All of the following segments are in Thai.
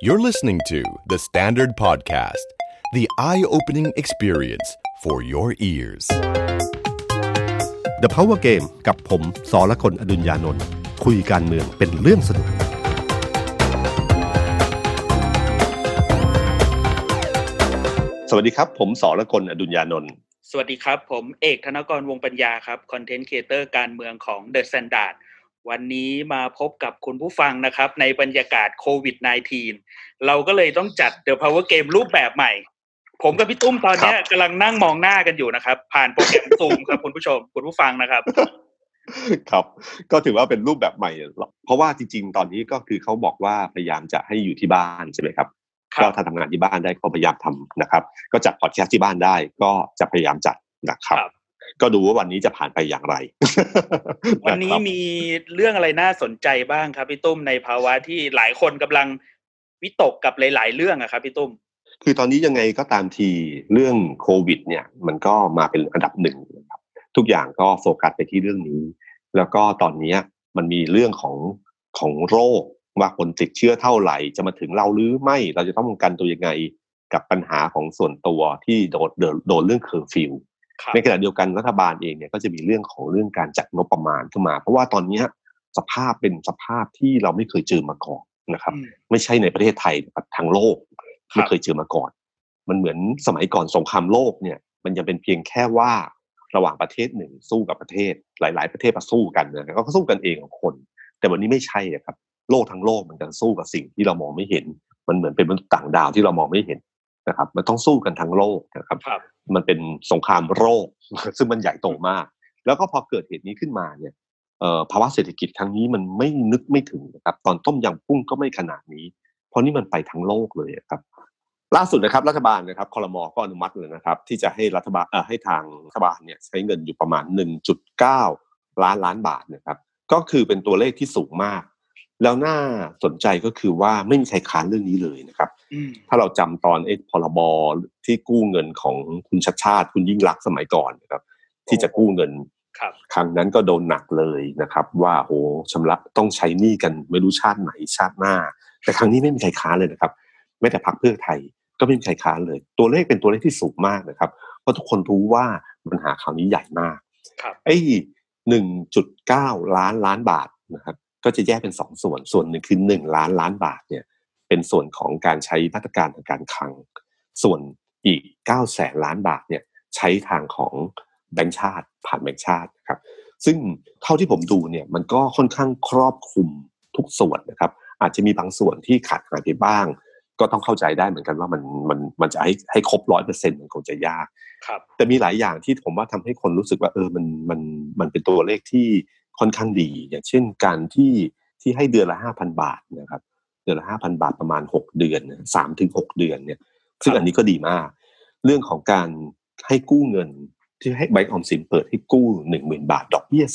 You're listening to The Standard Podcast, the eye-opening experience for your ears. The Power Game กับผมสรกล อดุลยานนท์คุยการเมืองเป็นเรื่องสนุกสวัสดีครับผมสรกล อดุลยานนท์สวัสดีครับผมเอกธนกรวงศ์ปัญญาครับคอนเทนต์ครีเอเตอร์การเมืองของ The Standard วันนี้มาพบกับคุณผู้ฟังนะครับในบรรยากาศโควิด -19 เราก็เลยต้องจัด The Power Game รูปแบบใหม่ผมกับพี่ตุ้มตอนนี้กำลังนั่งมองหน้ากันอยู่นะครับผ่านโปรแกรม Zoom ครับคุณผู้ชมคุณผู้ฟังนะครับครับก็ถือว่าเป็นรูปแบบใหม่เพราะว่าจริงๆตอนนี้ก็คือเขาบอกว่าพยายามจะให้อยู่ที่บ้านใช่ไหมครับก็ถ้าทำงานที่บ้านได้ก็พยายามทำนะครับก็จัดพอดแคสต์ที่บ้านได้ก็จะพยายามจัดนะครับก็ดูว่าวันนี้จะผ่านไปอย่างไรวันนี้มีเรื่องอะไรน่าสนใจบ้างครับพี่ตุ้มในภาวะที่หลายคนกำลังวิตกกับหลายๆเรื่องอะครับพี่ตุ้มคือตอนนี้ยังไงก็ตามทีเรื่องโควิดเนี่ยมันก็มาเป็นอันดับหนึ่งนะครับทุกอย่างก็โฟกัสไปที่เรื่องนี้แล้วก็ตอนนี้มันมีเรื่องของโรคว่าคนติดเชื้อเท่าไหร่จะมาถึงเราหรือไม่เราจะต้องป้องกันตัวยังไงกับปัญหาของส่วนตัวที่โดนเรื่องเคอร์ฟิวในขณะเดียวกันรัฐบาลเองเนี่ยก็จะมีเรื่องการจัดงบประมาณขึ้นมาเพราะว่าตอนนี้สภาพเป็นสภาพที่เราไม่เคยเจอมาก่อนนะครับไม่ใช่ในประเทศไทยแต่ทั้งโลกไม่เคยเจอมาก่อนมันเหมือนสมัยก่อนสงครามโลกเนี่ยมันยังเป็นเพียงแค่ว่าระหว่างประเทศหนึ่งสู้กับประเทศหลายๆประเทศมาสู้กันนะก็สู้กันเองของคนแต่วันนี้ไม่ใช่ครับโลกทั้งโลกมันจะสู้กับสิ่งที่เรามองไม่เห็นมันเหมือนเป็นมนุษย์ต่างดาวที่เรามองไม่เห็นนะครับมันต้องสู้กันทั้งโลกนะครับมันเป็นสงครามโรคซึ่งมันใหญ่โตมากแล้วก็พอเกิดเหตุนี้ขึ้นมาเนี่ยภาวะเศรษฐกิจครั้งนี้มันไม่นึกไม่ถึงนะครับตอนต้มยำกุ้งก็ไม่ขนาดนี้เพราะนี่มันไปทั้งโลกเลยครับล่าสุดนะครับรัฐบาลนะครับครม.ก็อนุมัติเลยนะครับที่จะให้รัฐบาลให้ทางรัฐบาลเนี่ยใช้เงินอยู่ประมาณ 1.9 ล้านบาทนะครับก็คือเป็นตัวเลขที่สูงมากแล้วน่าสนใจก็คือว่าไม่มีใครค้านเรื่องนี้เลยนะครับถ้าเราจำตอนพรบที่กู้เงินของคุณชัชชาติคุณยิ่งลักษณ์สมัยก่อนนะครับที่จะกู้เงินครั้งนั้นก็โดนหนักเลยนะครับว่าโอ้ชำระต้องใช้หนี้กันไม่รู้ชาติไหนชาติหน้าแต่ครั้งนี้ไม่มีใครค้านเลยนะครับแม้แต่พรรคเพื่อไทยก็ไม่มีใครค้านเลยตัวเลขเป็นตัวเลขที่สูงมากนะครับเพราะทุกคนรู้ว่าปัญหาคราวนี้ใหญ่มากไอ้ 1.9 ล้านบาทนะครับก็จะแยกเป็น2ส่วนหนึ่งคือ1ล้านบาทเนี่ยเป็นส่วนของการใช้มาตรการทางการคลังส่วนอีก900,000 ล้านบาทเนี่ยใช้ทางของแบงก์ชาติผ่านแบงก์ชาตินะครับซึ่งเท่าที่ผมดูเนี่ยมันก็ค่อนข้างครอบคลุมทุกส่วนนะครับอาจจะมีบางส่วนที่ขาดหายไปบ้างก็ต้องเข้าใจได้เหมือนกันว่ามันจะให้ครบ 100% มันคงจะยากแต่มีหลายอย่างที่ผมว่าทำให้คนรู้สึกว่ามันเป็นตัวเลขที่ค่อนข้างดีอย่างเช่นการที่ให้เดือนละ 5,000 บาทนะครับเดือนละ 5,000 บาทประมาณ6เดือน 3-6 เดือนเนี่ยซึ่งอันนี้ก็ดีมากเรื่องของการให้กู้เงินที่ให้แบงก์ออมสินเปิดให้กู้ 10,000 บาทดอกเบี้ย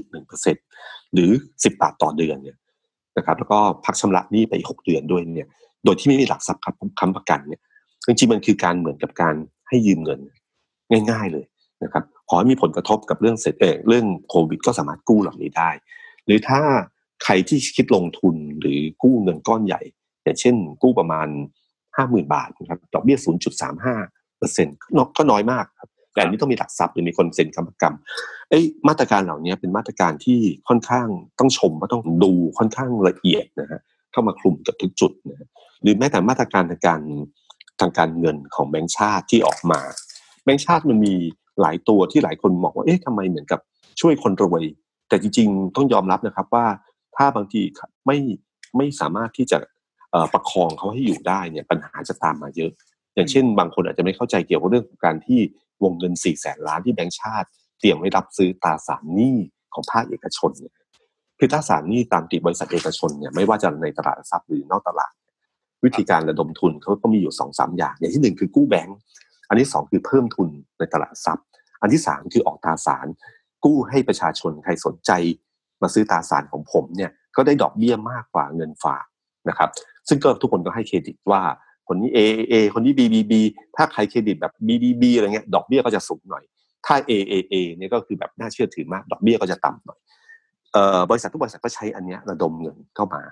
0.1% หรือ10 บาทต่อเดือนเนี่ยนะครับแล้วก็พักชำระหนี้ไป6เดือนด้วยเนี่ยโดยที่ไม่มีหลักทรัพย์ค้ำประกันเนี่ยจริงๆมันคือการเหมือนกับการให้ยืมเงินง่ายๆเลยนะครับขอให้มีผลกระทบกับเรื่องเรื่องโควิดก็สามารถกู้เหล่านี้ได้หรือถ้าใครที่คิดลงทุนหรือกู้เงินก้อนใหญ่อย่างเช่นกู้ประมาณ 50,000 บาทนะครับดอกเบี้ย 0.35% ก็น้อยมากครับแต่อันนี้ต้องมีหลักทรัพย์หรือมีคนเซ็นค้ำประกันมาตรการเหล่านี้เป็นมาตรการที่ค่อนข้างต้องชมว่าต้องดูค่อนข้างละเอียดนะฮะเข้ามาคลุมกับทุกจุดนะหรือแม้แต่มาตรการทางการเงินของแบงก์ชาติที่ออกมาแบงก์ชาติมันมีหลายตัวที่หลายคนบอกว่าทำไมเหมือนกับช่วยคนรวยแต่จริงๆต้องยอมรับนะครับว่าถ้าบางทีไม่สามารถที่จะประคองเขาให้อยู่ได้เนี่ยปัญหาจะตามมาเยอะอย่างเช่นบางคนอาจจะไม่เข้าใจเกี่ยวกับเรื่องของการที่วงเงิน 400,000 ล้านที่แบงก์ชาติเตรียมไว้รับซื้อตราสารหนี้ของภาคเอกชนเนี่ยคือตราสารหนี้ตามติดบริษัทเอกชนเนี่ยไม่ว่าจะในตลาดหลักทรัพย์หรือนอกตลาดวิธีการระดมทุนเขาก็มีอยู่ 2-3 อย่างอย่างที่1คือกู้แบงก์อันที่2คือเพิ่มทุนในตลาดทรัพย์อันที่3คือออกตราสารกู้ให้ประชาชนใครสนใจมาซื้อตราสารของผมเนี่ยก็ได้ดอกเบี้ยมากกว่าเงินฝากนะครับซึ่งก็ทุกคนก็ให้เครดิตว่าคนนี้ AAA คนนี้ BBB ถ้าใครเครดิตแบบ BBB อะไรเงี้ยดอกเบี้ยก็จะสูงหน่อยถ้า AAA เนี่ยก็คือแบบน่าเชื่อถือมากดอกเบี้ยก็จะต่ำหน่อยบริษัททุกบริษัทก็ใช้อันเนี้ยระดมเงินเข้ามา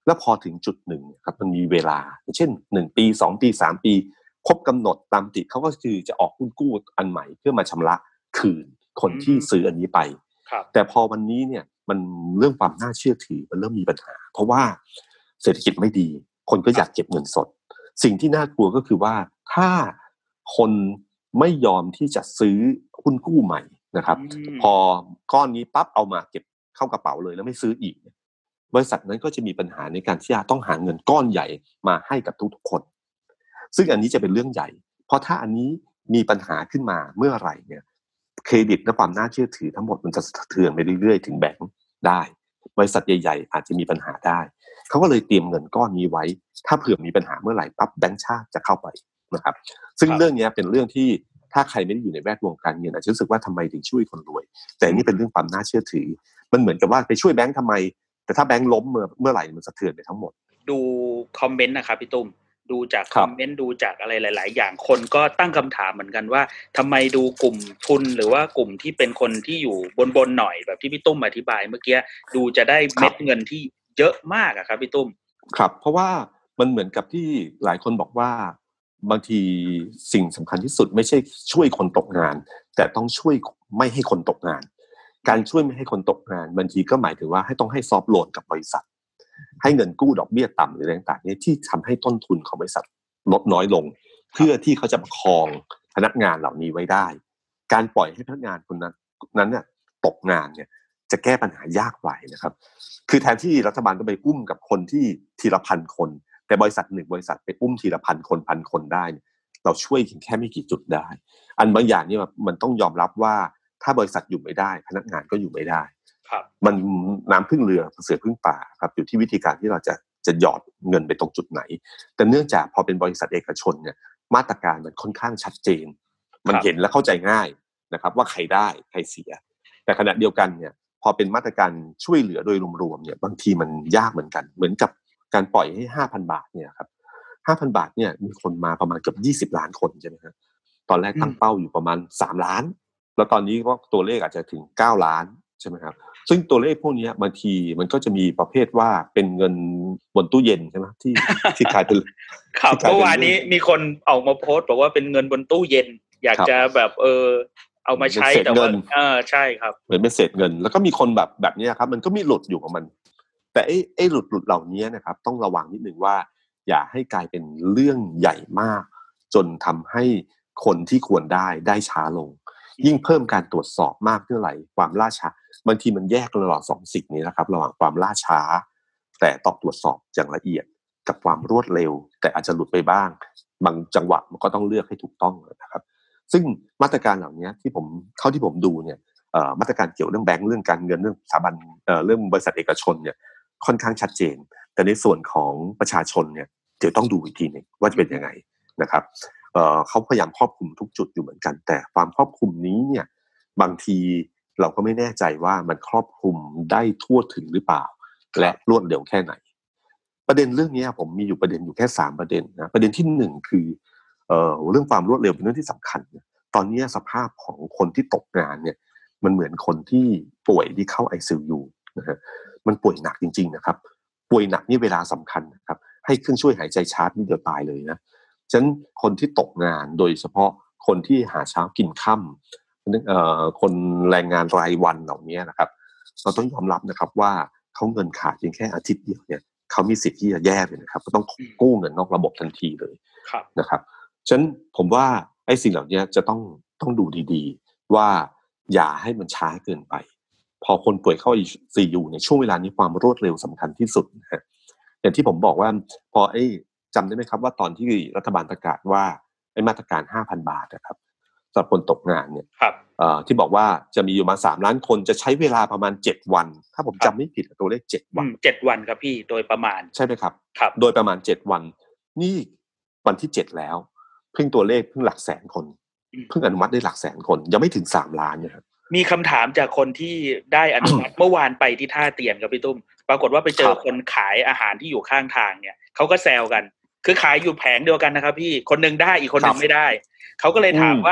แล้วพอถึงจุดหนึ่งครับมันมีเวลาเช่น1 ปี 2 ปี 3 ปีครบกำหนดตามติเขาก็คือจะออกหุ้นกู้อันใหม่เพื่อมาชำระคืนคนที่ซื้ออันนี้ไปแต่พอวันนี้เนี่ยมันเรื่องความน่าเชื่อถือมันเริ่มมีปัญหาเพราะว่าเศรษฐกิจไม่ดีคนก็อยากเก็บเงินสดสิ่งที่น่ากลัวก็คือว่าถ้าคนไม่ยอมที่จะซื้อหุ้นกู้ใหม่นะครับพอก้อนนี้ปั๊บเอามาเก็บเข้ากระเป๋าเลยแล้วไม่ซื้ออีกบริษัทนั้นก็จะมีปัญหาในการที่จะต้องหาเงินก้อนใหญ่มาให้กับทุกๆคนซึ่งอันนี้จะเป็นเรื่องใหญ่เพราะถ้าอันนี้มีปัญหาขึ้นมาเมื่อไหร่เนี่ยเครดิตและความน่าเชื่อถือทั้งหมดมันจะสะเทือนไปเรื่อยๆถึงแบงค์ได้บริษัทใหญ่ๆอาจจะมีปัญหาได้เขาก็เลยเตรียมเงินก้อนนี้ไว้ถ้าเผื่อมีปัญหาเมื่อไหร่ปั๊บแบงก์ชาติจะเข้าไปนะครับซึ่งเรื่องนี้เป็นเรื่องที่ถ้าใครไม่ได้อยู่ในแวดวงการเงินอาจจะรู้สึกว่าทำไมถึงช่วยคนรวยแต่นี่เป็นเรื่องความน่าเชื่อถือมันเหมือนกับว่าไปช่วยแบงก์ทำไมแต่ถ้าแบงก์ล้มเมื่อไหร่มันสะเทือนไปทั้งหมดดูคอมเมนต์นะครับพี่ตุ้มดูจากคอมเมนต์ดูจากอะไรหลายๆอย่างคนก็ตั้งคำถามเหมือนกันว่าทำไมดูกลุ่มทุนหรือว่ากลุ่มที่เป็นคนที่อยู่บนหน่อยแบบที่พี่ตุ้มอธิบายเมื่อกี้ดูจะได้เม็ดเงินที่เยอะมากอะครับพี่ตุ้มครับเพราะว่ามันเหมือนกับที่หลายคนบอกว่าบางทีสิ่งสำคัญที่สุดไม่ใช่ช่วยคนตกงานแต่ต้องช่วยไม่ให้คนตกงานการช่วยไม่ให้คนตกงานบางทีก็หมายถึงว่าให้ต้องให้ซอฟต์โลนกับบริษัทให้เงินกู้ดอกเบี้ยต่ำหรืออะไรต่างๆนี้ที่ทำให้ต้นทุนของบริษัทลดน้อยลงเพื่อที่เขาจะประคองพนักงานเหล่านี้ไว้ได้การปล่อยให้พนักงานคนนั้นเนี่ยตกงานเนี่ยจะแก้ปัญหายากกว่านะครับคือแทนที่รัฐบาลก็ไปอุ้มกับคนที่ทีละพันคนแต่บริษัทหนึ่งบริษัทไปอุ้มทีละพันคนได้เราช่วยแค่ไม่กี่จุดได้อันบางอย่างนี่มันต้องยอมรับว่าถ้าบริษัทอยู่ไม่ได้พนักงานก็อยู่ไม่ได้มันน้ำพึ่งเรือเสือพึ่งป่าครับอยู่ที่วิธีการที่เราจะหยอดเงินไปตรงจุดไหนแต่เนื่องจากพอเป็นบริษัทเอกชนเนี่ยมาตรการมันค่อนข้างชัดเจนมันเห็นและเข้าใจง่ายนะครับว่าใครได้ใครเสียแต่ขณะเดียวกันเนี่ยพอเป็นมาตรการช่วยเหลือโดยรวมๆเนี่ยบางทีมันยากเหมือนกันเหมือนกับการปล่อยให้ 5,000 บาทเนี่ยครับ 5,000 บาทเนี่ยมีคนมาประมาณเกือบ20 ล้านคนใช่ไหมครับตอนแรกตั้งเป้าอยู่ประมาณ3 ล้านแล้วตอนนี้ก็ตัวเลขอาจจะถึง9 ล้านใช่ไหมครับซึ่งตัวเลขพวกนี้บางทีมันก็จะมีประเภทว่าเป็นเงินบนตู้เย็นใช่ไหมที่กลายเป็นครับเมื่อวานนี้มีคนออกมาโพสต์บอกว่าเป็นเงินบนตู้เย็นอยากจะแบบเอามาใช้แต่ว่าใช่ครับเหมือนเป็นเศษเงินแล้วก็มีคนแบบนี้ครับมันก็มีหลุดอยู่ของมันแต่ไอ้หลุดเหล่านี้นะครับต้องระวังนิดนึงว่าอย่าให้กลายเป็นเรื่องใหญ่มากจนทำให้คนที่ควรได้ช้าลงยิ่งเพิ่มการตรวจสอบมากเท่าไหร่ความล่าช้าบางทีมันแยกระหว่าง2 สิ่งนี้นะครับระหว่างความล่าช้าแต่ต้องตรวจสอบอย่างละเอียดกับความรวดเร็วแต่อาจจะหลุดไปบ้างบางจังหวะมันก็ต้องเลือกให้ถูกต้องนะครับซึ่งมาตรการเหล่านี้ที่ผมดูเนี่ยมาตรการเกี่ยวเรื่องแบงก์เรื่องการเงินเรื่องสถาบันเรื่องบริษัทเอกชนเนี่ยค่อนข้างชัดเจนแต่ในส่วนของประชาชนเนี่ยเดี๋ยวต้องดูอีกทีนึงว่าจะเป็นยังไงนะครับเขาพยายามครอบคลุมทุกจุดอยู่เหมือนกันแต่ความครอบคลุมนี้เนี่ยบางทีเราก็ไม่แน่ใจว่ามันครอบคลุมได้ทั่วถึงหรือเปล่าและรวดเร็วแค่ไหนประเด็นเรื่องนี้ผมมีอยู่ประเด็นอยู่แค่3ประเด็นนะประเด็นที่1คือเรื่องความรวดเร็วเป็นเรื่องที่สำคัญตอนนี้สภาพของคนที่ตกงานเนี่ยมันเหมือนคนที่ป่วยที่เข้า ICU นะฮะมันป่วยหนักจริงๆนะครับป่วยหนักนี่เวลาสำคัญนะครับให้เครื่องช่วยหายใจชาร์จนี่เดียวตายเลยนะฉะนั้นคนที่ตกงานโดยเฉพาะคนที่หาเช้ากินค่ำคนแรงงานรายวันเหล่านี้นะครับเราต้องยอมรับนะครับว่าเขาเงินขาดเพียงแค่อาทิตย์เดียวเนี่ยเขามีสิทธิ์ที่จะแย่เลยนะครับก็ต้องกู้เงินนอกระบบทันทีเลยนะครับฉะนั้นผมว่าไอ้สิ่งเหล่านี้จะต้องดูดีๆว่าอย่าให้มันช้าเกินไปพอคนป่วยเข้า ICU ในช่วงเวลานี้ความรวดเร็วสำคัญที่สุดนะฮะอย่างที่ผมบอกว่าพอจำได้ไหมครับว่าตอนที่รัฐบาลประกาศว่าไอ้มาตรการ 5,000 บาทนะครับสำหรับคนตกงานเนี่ยที่บอกว่าจะมีอยู่มา3 ล้านคนจะใช้เวลาประมาณ7 วันถ้าผมจำไม่ผิดตัวเลข7 วัน 7 วันครับพี่โดยประมาณใช่ไหมครับโดยประมาณ7 วันนี่วันที่7แล้วเพิ่งตัวเลขเพิ่งหลักแสนคนเพิ่งอนุมัติได้หลักแสนคนยังไม่ถึง3 ล้านนะครับมีคำถามจากคนที่ได้อนุมัติ เมื่อวานไปที่ท่าเตียนครับพี่ตุ้มปรากฏว่าไปเจอคนขายอาหารที่อยู่ข้างทางเนี่ยเขาก็แซวกันคือขายอยู่แผงเดียวกันนะครับพี่คนนึงได้อีกคนนึงไม่ได้เขาก็เลยถามว่า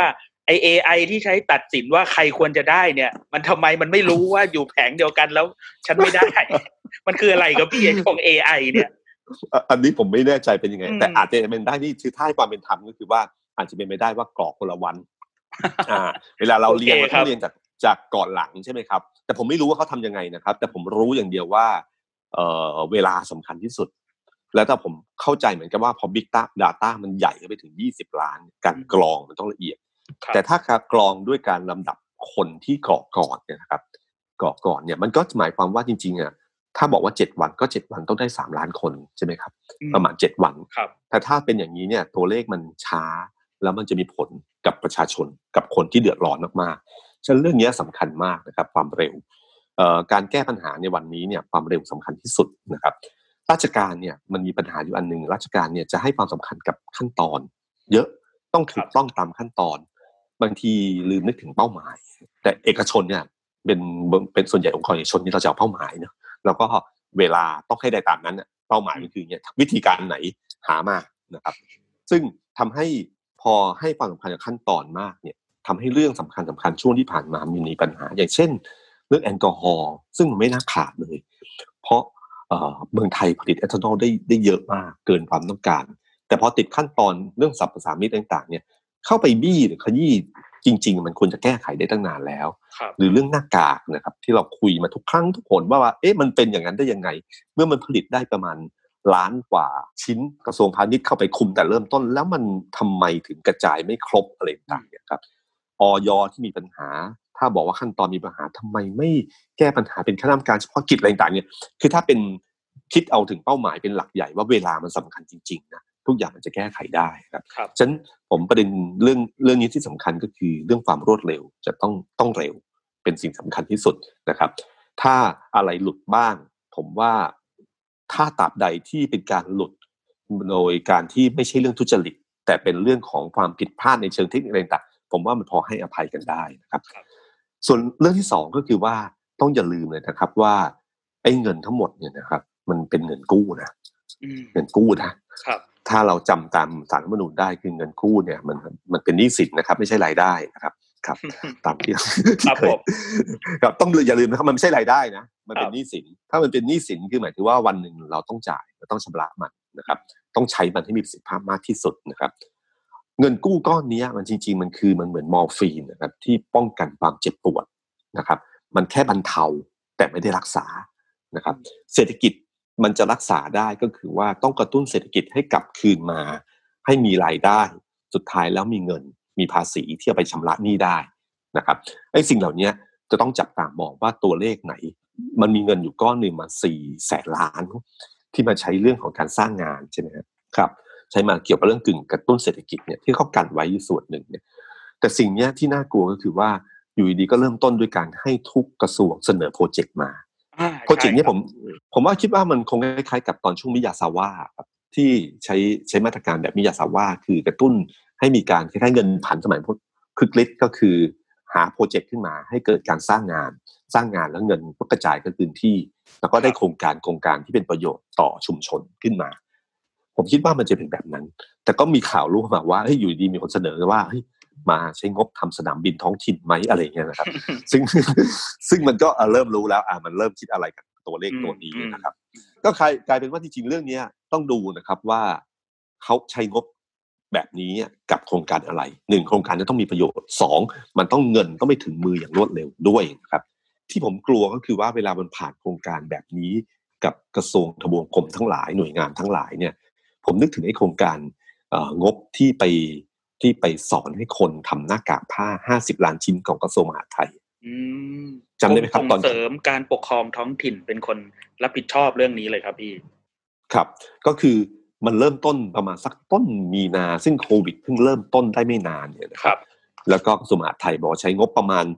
ไอ AI ที่ใช้ตัดสินว่าใครควรจะได้เนี่ยมันทำไมมันไม่รู้ว่าอยู่แผงเดียวกันแล้วฉันไม่ได้ มันคืออะไรกับพี่ไอ้ของ AI เนี่ยอันนี้ผมไม่แน่ใจเป็นยังไงแต่อาจจะเป็นได้ที่คือถ้าให้ความเป็นธรรมก็คือว่าอาจจะเป็นไปได้ว่ากรอกคนละวันเวลาเราเรียนเราต้องเรียนจากก่อนหลังใช่ไหมครับแต่ผมไม่รู้ว่าเขาทำยังไงนะครับแต่ผมรู้อย่างเดียวว่าเวลาสำคัญที่สุดแล้วถ้าผมเข้าใจเหมือนกันว่าพอ Big Data มันใหญ่ไปถึง20ล้านการกรองมันต้องละเอียดแต่ถ้ากรองด้วยการลำดับคนที่กรอกก่อนเนี่ยนะครับกรอกก่อนเนี่ยมันก็หมายความว่าจริงๆถ้าบอกว่า7วันก็7วันต้องได้3ล้านคนใช่ไหมครับประมาณ7วันแต่ถ้าเป็นอย่างนี้เนี่ยตัวเลขมันช้าแล้วมันจะมีผลกับประชาชนกับคนที่เดือดร้อนมากๆฉะนั้นเรื่องนี้สำคัญมากนะครับความเร็วการแก้ปัญหาในวันนี้เนี่ยความเร็วสำคัญที่สุดนะครับราชการเนี่ยมันมีปัญหาอยู่อันนึงราชการเนี่ยจะให้ความสำคัญกับขั้นตอนเยอะต้องถูกต้องตามขั้นตอนบางทีลืมนึกถึงเป้าหมายแต่เอกชนเนี่ยเป็นส่วนใหญ่องค์กรเอกชนนี่เราจะเอาเป้าหมายเนาะแล้วก็เวลาต้องให้ได้ตามนั้นเป้าหมายมันคือเนี่ยวิธีการไหนหามานะครับซึ่งทำให้พอให้ความสำคัญกับขั้นตอนมากเนี่ยทำให้เรื่องสำคัญช่วงที่ผ่านมามีปัญหาอย่างเช่นเรื่องแอลกอฮอล์ซึ่งมันไม่น่าขาดเลยเพราะเมืองไทยผลิตเอทานอลได้เยอะมากเกินความต้องการแต่พอติดขั้นตอนเรื่องสรรพสามิตต่างๆเนี่ยเข้าไปบี้หรือขยี้จริงๆมันควรจะแก้ไขได้ตั้งนานแล้วหรือเรื่องหน้ากากนะครับที่เราคุยมาทุกครั้งทุกคนว่ามันเป็นอย่างนั้นได้ยังไงเมื่อมันผลิตได้ประมาณล้านกว่าชิ้นกระทรวงพาณิชย์เข้าไปคุมแต่เริ่มต้นแล้วมันทำไมถึงกระจายไม่ครบอะไรต่างๆเนี่ยครับอย.ที่มีปัญหาถ้าบอกว่าขั้นตอนมีปัญหาทำไมไม่แก้ปัญหาเป็นคณะกรรมการเฉพาะกิจอะไรต่างๆเนี่ยคือถ้าเป็นคิดเอาถึงเป้าหมายเป็นหลักใหญ่ว่าเวลามันสำคัญจริงๆนะทุกอย่างมันจะแก้ไขได้ครับฉะนั้นผมประเด็นเรื่องนี้ที่สำคัญก็คือเรื่องความรวดเร็วจะต้องเร็วเป็นสิ่งสำคัญที่สุดนะครับถ้าอะไรหลุดบ้างผมว่าถ้าตราบใดที่เป็นการหลุดโดยการที่ไม่ใช่เรื่องทุจริตแต่เป็นเรื่องของความผิดพลาดในเชิงเทคนิคอะไรต่างผมว่ามันพอให้อภัยกันได้นะครับส่วนเรื่องที่สองก็คือว่าต้องอย่าลืมเลยนะครับว่าไอ้เงินทั้งหมดเนี่ยนะครับมันเป็นเงินกู้นะเงินกู้นะครับถ้าเราจำตามสารรัฐธรรมนูญได้คือเงินกู้เนี่ยมันเป็นหนี้สินนะครับไม่ใช่รายได้นะครับครับตามที่เคยครับต้องอย่าลืมนะครับมันไม่ใช่รายได้นะมันเป็นหนี้สินถ้ามันเป็นหนี้สินคือหมายถึงว่าวันหนึ่งเราต้องจ่ายเราต้องชำระมันนะครับต้องใช้มันให้มีประสิทธิภาพมากที่สุดนะครับเงินกู้ก้อนนี้มันจริงๆมันเหมือนมอร์ฟีนนะครับที่ป้องกันความเจ็บปวดนะครับมันแค่บรรเทาแต่ไม่ได้รักษานะครับเศรษฐกิจมันจะรักษาได้ก็คือว่าต้องกระตุ้นเศรษฐกิจให้กลับคืนมาให้มีรายได้สุดท้ายแล้วมีเงินมีภาษีที่จะไปชำระหนี้ได้นะครับไอ้สิ่งเหล่านี้จะต้องจับตามองว่าตัวเลขไหนมันมีเงินอยู่ก้อนนึงมา400,000 ล้านที่มาใช้เรื่องของการสร้างงานใช่ไหมครับใช้มาเกี่ยวกับเรื่องกระตุ้นเศรษฐกิจเนี่ยที่เขากันไว้อยู่ส่วนหนึ่งเนี่ยแต่สิ่งนี้ที่น่ากลัวก็คือว่าอยู่ดีก็เริ่มต้นด้วยการให้ทุกกระทรวงเสนอโปรเจกต์มาโปรเจกต์นี้ผมว่าคิดว่ามันคงคล้ายๆกับตอนช่วงมิยาซาวะครับที่ใช้มาตรการแบบมิยาซาวะคือกระตุ้นให้มีการคล้ายๆเงินผันสมัยคึกฤทธิ์ก็คือหาโปรเจกต์ขึ้นมาให้เกิดการสร้างงานแล้วเงินก็กระจายกันพื้นที่แล้วก็ได้โครงการที่เป็นประโยชน์ต่อชุมชนขึ้นมาผมคิดว่ามันจะเป็นแบบนั้นแต่ก็มีข่าวรู้มาว่าอยู่ดีมีคนเสนอว่ามาใช้งบทำสนามบินท้องถิ่นไหมอะไรเงี้ยนะครับ ซึ่งมันก็เริ่มรู้แล้วมันเริ่มคิดอะไรกับตัวเลขตัวนี้นะครับก็กลายเป็นว่าจริงๆเรื่องนี้ต้องดูนะครับว่าเขาใช้งบแบบนี้กับโครงการอะไร1โครงการต้องมีประโยชน์2มันต้องเงินต้องไปถึงมืออย่างรวดเร็วด้วยนะครับที่ผมกลัวก็คือว่าเวลามันผ่านโครงการแบบนี้กับกระทรวงทบวงกรมทั้งหลายหน่วยงานทั้งหลายเนี่ยผมนึกถึงไอ้โครงการงบที่ไปสอนให้คนทำหน้ากากผ้า50 ล้านชิ้นของกระทรวงมหาดไทยจำได้ไหมครับตอนเสริมการปกครองท้องถิ่นเป็นคนรับผิดชอบเรื่องนี้เลยครับพี่ครับก็คือมันเริ่มต้นประมาณสักต้นมีนาซึ่งโควิดเพิ่งเริ่มต้นได้ไม่นานเนี่ยนะครับแล้วก็กระทรวงมหาดไทยบอกใช้งบประมาณ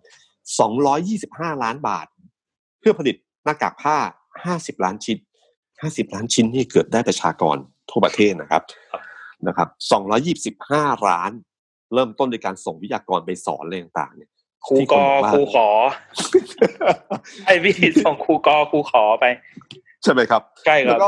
225 ล้านบาทเพื่อผลิตหน้ากากผ้า50 ล้านชิ้น50 ล้านชิ้นนี่เกือบได้ประชากรทั่วประเทศนะครับ225 ล้านเริ่มต้นโดยการส่งวิทยากรไปสอนอะไรต่างๆเนี่ยครูขอไอ้พี่ส่งครูขอไปใช่ไหมครับใช่ครับแล้วก็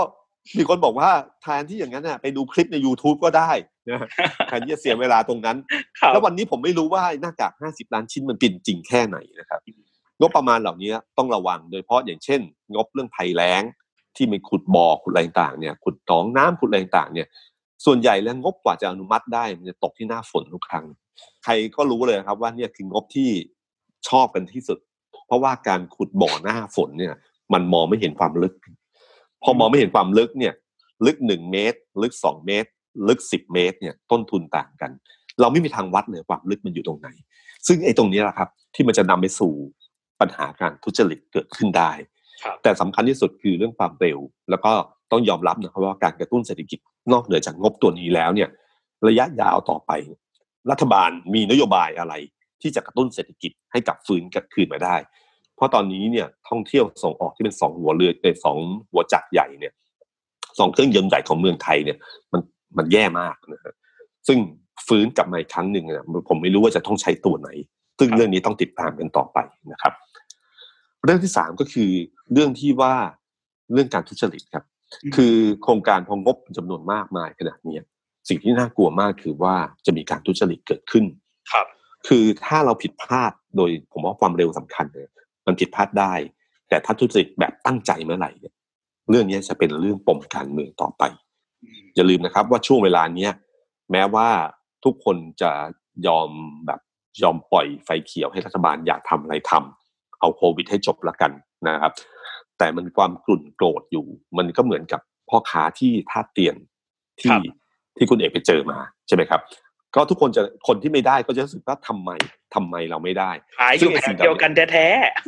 มีคนบอกว่าแทนที่อย่างนั้นน่ะไปดูคลิปใน YouTube ก็ได้นะแทนที่จะเสียเวลาตรงนั้นแล้ววันนี้ผมไม่รู้ว่าหน้ากาก50ล้านชิ้นมันเป็นจริงแค่ไหนนะครับงบประมาณเหล่านี้ต้องระวังโดยเฉพาะอย่างเช่นงบเรื่องภัยแล้งที่มันขุดบ่อขุดอะไรต่างเนี่ยขุดหนองน้ำขุดอะไรต่างเนี่ยส่วนใหญ่แล้วงบกว่าจะอนุมัติได้มันจะตกที่หน้าฝนทุกครั้งใครก็รู้เลยครับว่าเนี่ยคืองบที่ชอบกันที่สุดเพราะว่าการขุดบ่อหน้าฝนเนี่ยมันมองไม่เห็นความลึกพอมองไม่เห็นความลึกเนี่ยลึก1เมตรลึก2เมตรลึก10เมตรเนี่ยต้นทุนต่างกันเราไม่มีทางวัดเลยความลึกมันอยู่ตรงไหนซึ่งไอ้ตรงนี้แหละครับที่มันจะนำไปสู่ปัญหาการทุจริตเกิดขึ้นได้แต่สำคัญที่สุดคือเรื่องความเร็วแล้วก็ต้องยอมรับนะครับว่าการกระตุ้นเศรษฐกิจนอกเหนือจากงบตัวนี้แล้วเนี่ยระยะยาวต่อไปรัฐบาลมีนโยบายอะไรที่จะกระตุ้นเศรษฐกิจให้กลับฟื้นกลับคืนมาได้เพราะตอนนี้เนี่ยท่องเที่ยวส่งออกที่เป็น2หัวเรือเป็น2หัวจักรใหญ่เนี่ย2เครื่องยนต์ใหญ่ของเมืองไทยเนี่ยมันแย่มากนะฮะซึ่งฟื้นกลับมาอีกครั้งนึงเนี่ยผมไม่รู้ว่าจะต้องใช้ตัวไหนซึ่งเรื่องนี้ต้องติดตามกันต่อไปนะครับเรื่องที่3ก็คือเรื่องที่ว่าเรื่องการทุจริตครับคือโครงการพองบจำนวนมากมายขนาดนี้สิ่งที่น่ากลัวมากคือว่าจะมีการทุจริตเกิดขึ้นครับคือถ้าเราผิดพลาดโดยผมว่าความเร็วสำคัญเลยมันผิดพลาดได้แต่ถ้าทุจริตแบบตั้งใจเมื่อไหร่เนี่ยเรื่องนี้จะเป็นเรื่องปมการเมืองต่อไปอย่าลืมนะครับว่าช่วงเวลานี้แม้ว่าทุกคนจะยอมปล่อยไฟเขียวให้รัฐบาลอยากทำอะไรทำเอาโควิดให้จบละกันนะครับแต่มันความกลุ่นโกรธอยู่มันก็เหมือนกับพ่อค้าที่ท่าเตียนที่คุณเอกไปเจอมาใช่ไหมครับก็ทุกคนคนที่ไม่ได้ก็จะรู้สึกว่าทำไมเราไม่ได้ขายอยู่แบบเดียวกันแท้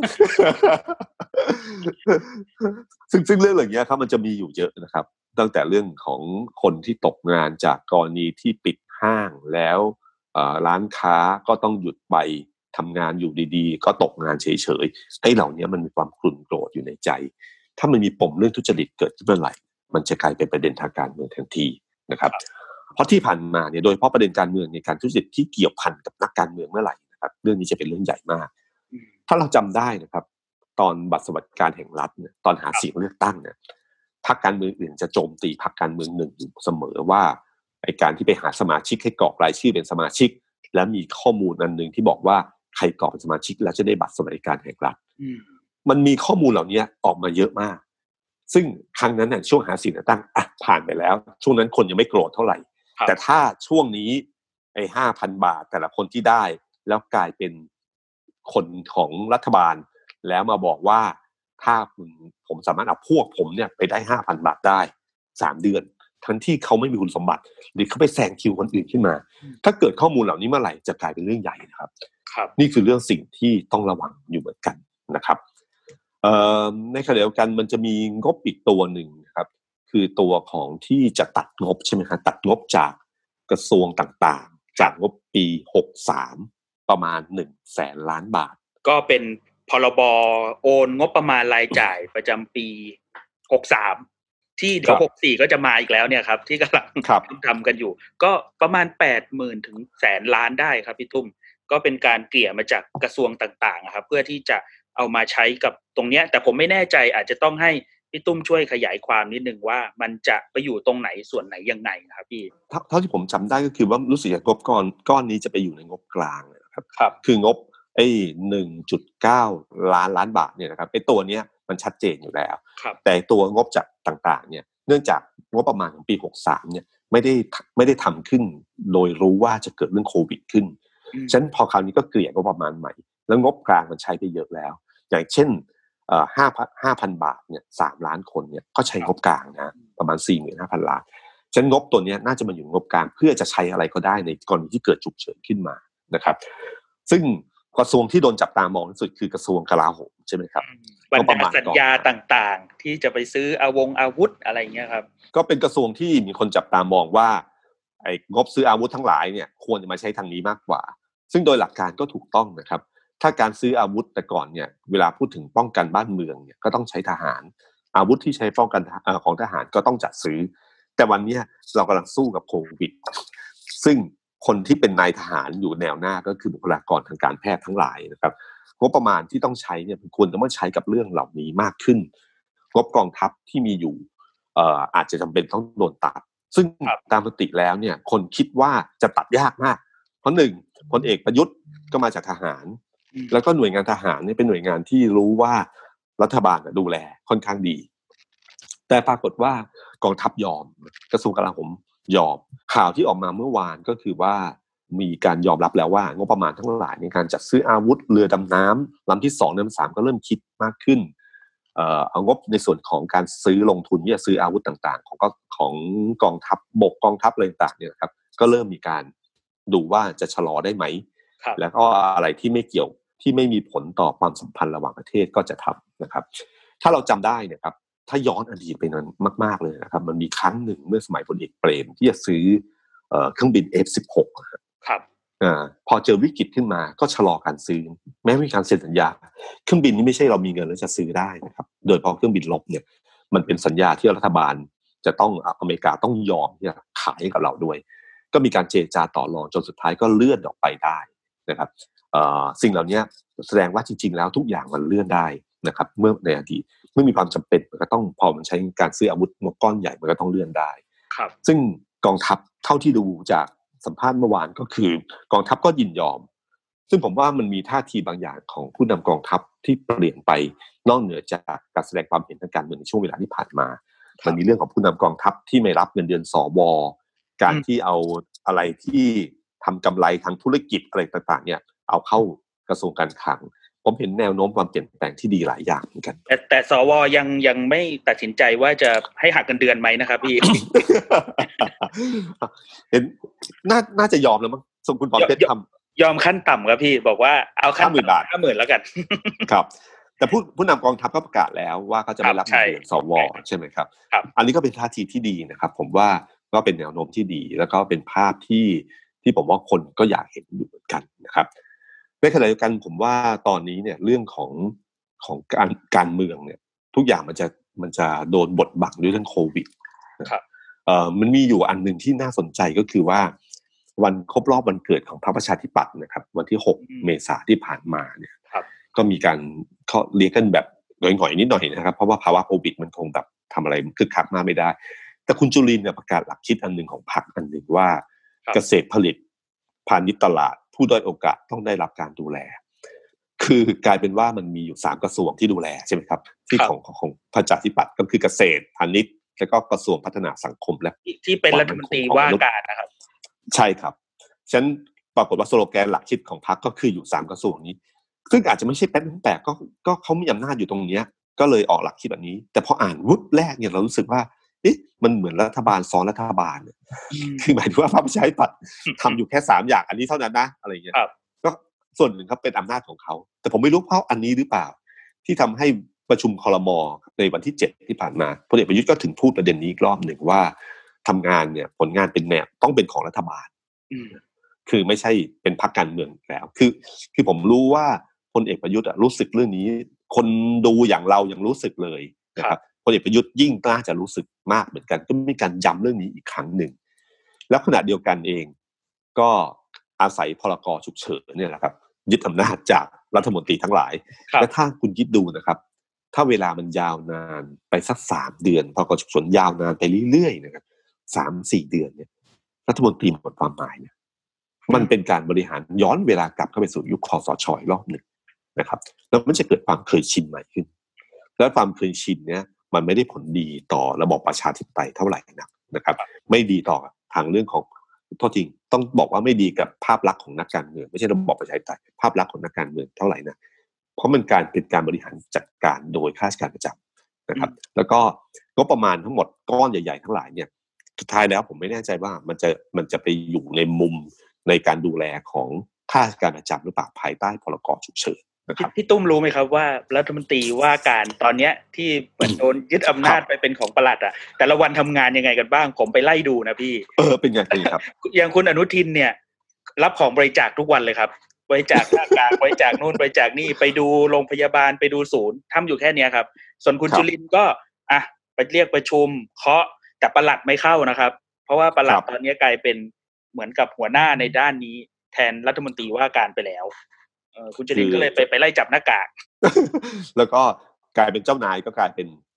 ๆซึ่งเรื่องอย่างเงี้ยครับมันจะมีอยู่เยอะนะครับตั้งแต่เรื่องของคนที่ตกงานจากกรณีที่ปิดห้างแล้วร้านค้าก็ต้องหยุดไปทำงานอยู่ดีๆก็ตกงานเฉยๆไอ้เหล่านี้มันมีความกลุ่นโกรธอยู่ในใจถ้ามันมีปมเรื่องทุจริตเกิดขึ้นเมื่อไหร่มันจะกลายเป็นประเด็นทางการเมืองทันทีนะครับเพราะที่ผ่านมาเนี่ยโดยเฉพาะประเด็นการเมืองในการทุจริตที่เกี่ยวพันกับนักการเมืองเมื่อไหร่นะครับเรื่องนี้จะเป็นเรื่องใหญ่มากถ้าเราจำได้นะครับตอนบัตรสวัสดิการแห่งรัฐเนี่ยตอนหาเสียงเลือกตั้งเนี่ยพรรคการเมืองอื่นจะโจมตีพรรคการเมืองหนึ่งอยู่เสมอว่าไอ้การที่ไปหาสมาชิกให้กรอกรายชื่อเป็นสมาชิกแล้วมีข้อมูลอันนึงที่บอกว่าใครกรอกเป็นสมาชิกแล้วจะได้บัตรสวัสดิการแห่งรัฐมันมีข้อมูลเหล่านี้ออกมาเยอะมากซึ่งครั้งนั้นน่ะช่วงหาเสียงเลือกตั้งผ่านไปแล้วช่วงนั้นคนยังไม่โกรธเท่าไหร่แต่ถ้าช่วงนี้ไอ้ 5,000 บาทแต่ละคนที่ได้แล้วกลายเป็นคนของรัฐบาลแล้วมาบอกว่าถ้าผมสามารถเอาพวกผมเนี่ยไปได้ 5,000 บาทได้3เดือนทั้งที่เขาไม่มีคุณสมบัติหรือเขาไปแซงคิวคนอื่นขึ้นมาถ้าเกิดข้อมูลเหล่านี้เมื่อไหร่จะกลายเป็นเรื่องใหญ่นะครับนี่คือเรื่องสิ่งที่ต้องระวังอยู่เหมือนกันนะครับในขณะเดียวกันมันจะมีงบอีกตัวหนึ่งนะครับคือตัวของที่จะตัดงบใช่ไหมครับตัดงบจากกระทรวงต่างๆจากงบปี63ประมาณ 100,000 ล้านบาทก็เป็นพรบโอนงบประมาณรายจ่ายประจำปี63ที่เดี๋ยว64ก็จะมาอีกแล้วเนี่ยครับที่กำลังทำกันอยู่ก็ประมาณ 80,000 ถึง100,000 ล้านได้ครับพี่ตุ้มก็เป็นการเกลี่ยมาจากกระทรวงต่างๆครับเพื่อที่จะเอามาใช้กับตรงเนี้ยแต่ผมไม่แน่ใจอาจจะต้องให้พี่ตุ้มช่วยขยายความนิดนึงว่ามันจะไปอยู่ตรงไหนส่วนไหนยังไงครับพี่เท่าที่ผมจำได้ก็คือว่ารู้สึกงบก้อนนี้จะไปอยู่ในงบกลางนะครับคืองบ1.9 ล้านบาทเนี่ยนะครับไอ้ตัวเนี้ยมันชัดเจนอยู่แล้วแต่ตัวงบจากต่างๆเนี่ยเนื่องจากงบประมาณของปี63เนี่ยไม่ได้ทำขึ้นโดยรู้ว่าจะเกิดเรื่องโควิดขึ้นฉะนั้นพอคราวนี้ก็เกลี่ยงบประมาณใหม่แล้วงบกลางมันใช้ไปเยอะแล้วอย่างเช่น5,000 บาทเนี่ย3ล้านคนเนี่ยก็ใช้งบกลางนะประมาณ 45,000 ล้านฉะนั้นงบตัวนี้น่าจะมาอยู่งบกลางเพื่อจะใช้อะไรก็ได้ในกรณีที่เกิดฉุกเฉินขึ้นมานะครับซึ่งกระทรวงที่โดนจับตามองที่สุดคือกระทรวงกลาโหมใช่ไหมครับบรรดาสัญญาต่างๆที่จะไปซื้ออาวุธอะไรเงี้ยครับก็เป็นกระทรวงที่มีคนจับตามองว่าไอ้งบซื้ออาวุธทั้งหลายเนี่ยควรจะมาใช้ทางนี้มากกว่าซึ่งโดยหลักการก็ถูกต้องนะครับถ้าการซื้ออาวุธแต่ก่อนเนี่ยเวลาพูดถึงป้องกันบ้านเมืองเนี่ยก็ต้องใช้ทหารอาวุธที่ใช้ป้องกันของทหารก็ต้องจัดซื้อแต่วันนี้เรากำลังสู้กับโควิดซึ่งคนที่เป็นนายทหารอยู่แนวหน้าก็คือบุคลากรทางการแพทย์ทั้งหลายนะครับงบประมาณที่ต้องใช้เนี่ยควรจะต้องใช้กับเรื่องเหล่านี้มากขึ้นงบกองทัพที่มีอยู่อาจจะจำเป็นต้องโดนตัดซึ่งตามปกติแล้วเนี่ยคนคิดว่าจะตัดยากมากเพราะหนึ่งพลเอกประยุทธ์ก็มาจากทหารแล้วก็หน่วยงานทหารเนี่ยเป็นหน่วยงานที่รู้ว่ารัฐบาลดูแลค่อนข้างดีแต่ปรากฏว่ากองทัพยอมกระทรวงกลาโหมยอมข่าวที่ออกมาเมื่อวานก็คือว่ามีการยอมรับแล้วว่างบประมาณทั้งหลายในการจัดซื้ออาวุธเรือดำน้ำลำที่2ลำ3ก็เริ่มคิดมากขึ้นเอางบในส่วนของการซื้อลงทุนที่จะซื้ออาวุธต่างๆของกองทัพบกกองทัพอะไรต่างๆเนี่ยครับก็เริ่มมีการดูว่าจะชะลอได้ไหมแล้วก็อะไรที่ไม่เกี่ยวที่ไม่มีผลต่อความสัมพันธ์ระหว่างประเทศก็จะทำนะครับถ้าเราจำได้เนี่ยครับถ้าย้อนอดีตไปนั้นมากๆเลยนะครับมันมีครั้งหนึ่งเมื่อสมัยพลเอกเปรมที่จะซื้อเครื่องบิน F16 ครับพอเจอวิกฤตขึ้นมาก็ชะลอการซื้อแม้มีการเซ็นสัญญาเครื่องบินนี้ไม่ใช่เรามีเงินแล้วจะซื้อได้นะครับโดยเฉพาะเครื่องบินรบเนี่ยมันเป็นสัญญาที่รัฐบาลจะต้องอเมริกาต้องยอมที่จะขายให้กับเราด้วยก็มีการเจรจาต่อรองจนสุดท้ายก็เลื่อนออกไปได้นะครับสิ่งเหล่านี้แสดงว่าจริงๆแล้วทุกอย่างมันเลื่อนได้นะครับเมื่อในอดีตเมื่อมีความจำเป็นมันก็ต้องพอมันใช้การซื้ออาวุธงบก้อนใหญ่มันก็ต้องเลื่อนได้ซึ่งกองทัพเท่าที่ดูจากสัมภาษณ์เมื่อวานก็คือกองทัพก็ยินยอมซึ่งผมว่ามันมีท่าทีบางอย่างของผู้นำกองทัพที่เปลี่ยนไปนอกเหนือจากการแสดงความเห็นทางการเมืองในช่วงเวลาที่ผ่านมามันมีเรื่องของผู้นำกองทัพที่ไม่รับเงินเดือนสวการที่เอาอะไรที่ทำกำไรทางธุรกิจอะไรต่างๆเนี่ยเอาเข้ากระทรวงการคลังผมเห็นแนวโน้มความเปลี่ยนแปลงที่ดีหลายอย่างเหมือนกันแต่สวยังไม่ตัดสินใจว่าจะให้หักเงินเดือนไหมนะครับพี่เห็นน่าจะยอมแล้วมั้งส่งคุณปอมเพชรทำยอมขั้นต่ำครับพี่บอกว่าเอาขั้น 50,000 บาท 50,000แล้วกันครับแต่ผู้นำกองทัพก็ประกาศแล้วว่าเขาจะไม่รับเงินเดือนสวใช่ไหมครับอันนี้ก็เป็นท่าทีที่ดีนะครับผมว่าก็เป็นแนวโน้มที่ดีแล้วก็เป็นภาพที่ผมว่าคนก็อยากเห็นอยู่เหมือนกันนะครับในขณะเดียวกันผมว่าตอนนี้เนี่ยเรื่องของการเมืองเนี่ยทุกอย่างมันจะโดนบดบังด้วยเรื่องโควิดนะครับมันมีอยู่อันนึงที่น่าสนใจก็คือว่าวันครบรอบวันเกิดของพรรคประชาธิปัตย์นะครับวันที่6เมษายนที่ผ่านมาเนี่ยก็มีการเขาเรียกกันแบบหน่อยๆนิดหน่อยนะครับเพราะว่าภาวะโควิดมันคงแบบทำอะไรคึกคักมากไม่ได้แต่คุณจุลินทร์เนี่ยประกาศหลักคิดอันนึงของพรรคอันนึงว่าเกษตรผลิตพาณิชย์ตลาดผู้ด้อยโอกาสต้องได้รับการดูแลคือกลายเป็นว่ามันมีอยู่3กระทรวงที่ดูแลใช่ไหมครับที่ของประชาธิปัตย์ก็คือเกษตรพาณิชย์แล้วก็กระทรวงพัฒนาสังคมและที่เป็นรัฐมนตรีว่าการนะครับใช่ครับฉะนั้นปรากฏว่าสโลแกนหลักคิดของพรรคก็คืออยู่3กระทรวงนี้ซึ่งอาจจะไม่ใช่แป๊บแต่ก็เขามีอำนาจอยู่ตรงนี้ก็เลยออกหลักคิดแบบนี้แต่พออ่านวุบแรกเนี่ยเรารู้สึกว่ามันเหมือนรัฐบาลซ้อนรัฐบาลคือหมายถึงว่าพรรคประชาธิปัตย์ทำอยู่แค่3อย่างอันนี้เท่านั้นนะอะไรอย่างเงี้ยก็ส่วนหนึ่งครับเป็นอำนาจของเขาแต่ผมไม่รู้เพราะอันนี้หรือเปล่าที่ทำให้ประชุมครม.ในวันที่7ที่ผ่านมาพลเอกประยุทธ์ก็ถึงพูดประเด็นนี้อีกรอบหนึ่งว่าทำงานเนี่ยผลงานเป็นแนวต้องเป็นของรัฐบาลคือไม่ใช่เป็นพรรคการเมืองแล้วคือผมรู้ว่าพลเอกประยุทธ์รู้สึกเรื่องนี้คนดูอย่างเรายังรู้สึกเลยนะครับพลเอกประยุทธ์ยิ่งน่าจะรู้สึกมากเหมือนกันก็มีการย้ำเรื่องนี้อีกครั้งหนึ่งแล้วขณะเดียวกันเองก็อาศัยพรก.ฉุกเฉินเนี่ยแหละครับยึดอำนาจจากรัฐมนตรีทั้งหลายและถ้าคุณคิดดูนะครับถ้าเวลามันยาวนานไปสัก3เดือนพรก.ฉุกเฉินยาวนานไปเรื่อยๆนะครับ 3-4 เดือนเนี่ยรัฐมนตรีหมดความหมายเนี่ยมันเป็นการบริหารย้อนเวลากลับเข้าไปสู่ยุคคสช.อีกรอบนึงนะครับแล้วมันจะเกิดความเคยชินใหม่ขึ้นแล้วความเคยชินเนี่ยมันไม่ได้ผลดีต่อระบอบประชาธิปไตยเท่าไหร่นะครับไม่ดีต่อทางเรื่องของโทษจริงต้องบอกว่าไม่ดีกับภาพลักษณ์ของนักการเมืองไม่ใช่ระบอบประชาธิปไตยภาพลักษณ์ของนักการเมืองเท่าไหร่นะเพราะมันเป็นการบริหารจัดการโดยข้าราชการประจำนะครับแล้วก็งบประมาณทั้งหมดก้อนใหญ่ๆทั้งหลายเนี่ยสุดท้ายแล้วผมไม่แน่ใจว่ามันจะไปอยู่ในมุมในการดูแลของข้าราชการประจำหรือเปล่าภายใต้พรก.ฉุกเฉินนะครับพี่ตุ้มรู้ไหมครับว่ารัฐมนตรีว่าการตอนนี้ที่เหมือนโดนยึดอำนาจไปเป็นของปลัดอ่ะแต่ละวันทำงานยังไงกันบ้างผมไปไล่ดูนะพี่เป็นไงครับอย่างคุณอนุทินเนี่ยรับของบริจาคทุกวันเลยครับบริจาคหน้ากากบริจาคนู่นบริจาคนี่ไปดูโรงพยาบาลไปดูศูนย์ทำอยู่แค่นี้ครับส่วนคุณจุลินก็ไปเรียกประชุมเคาะแต่ปลัดไม่เข้านะครับเพราะว่าปลัดตอนนี้กลายเป็นเหมือนกับหัวหน้าในด้านนี้แทนรัฐมนตรีว่าการไปแล้วคุณจุลินก็เลยไปไล่จับหน้ากากแล้วก็กลายเป็นเจ้านายก็กลายเป็น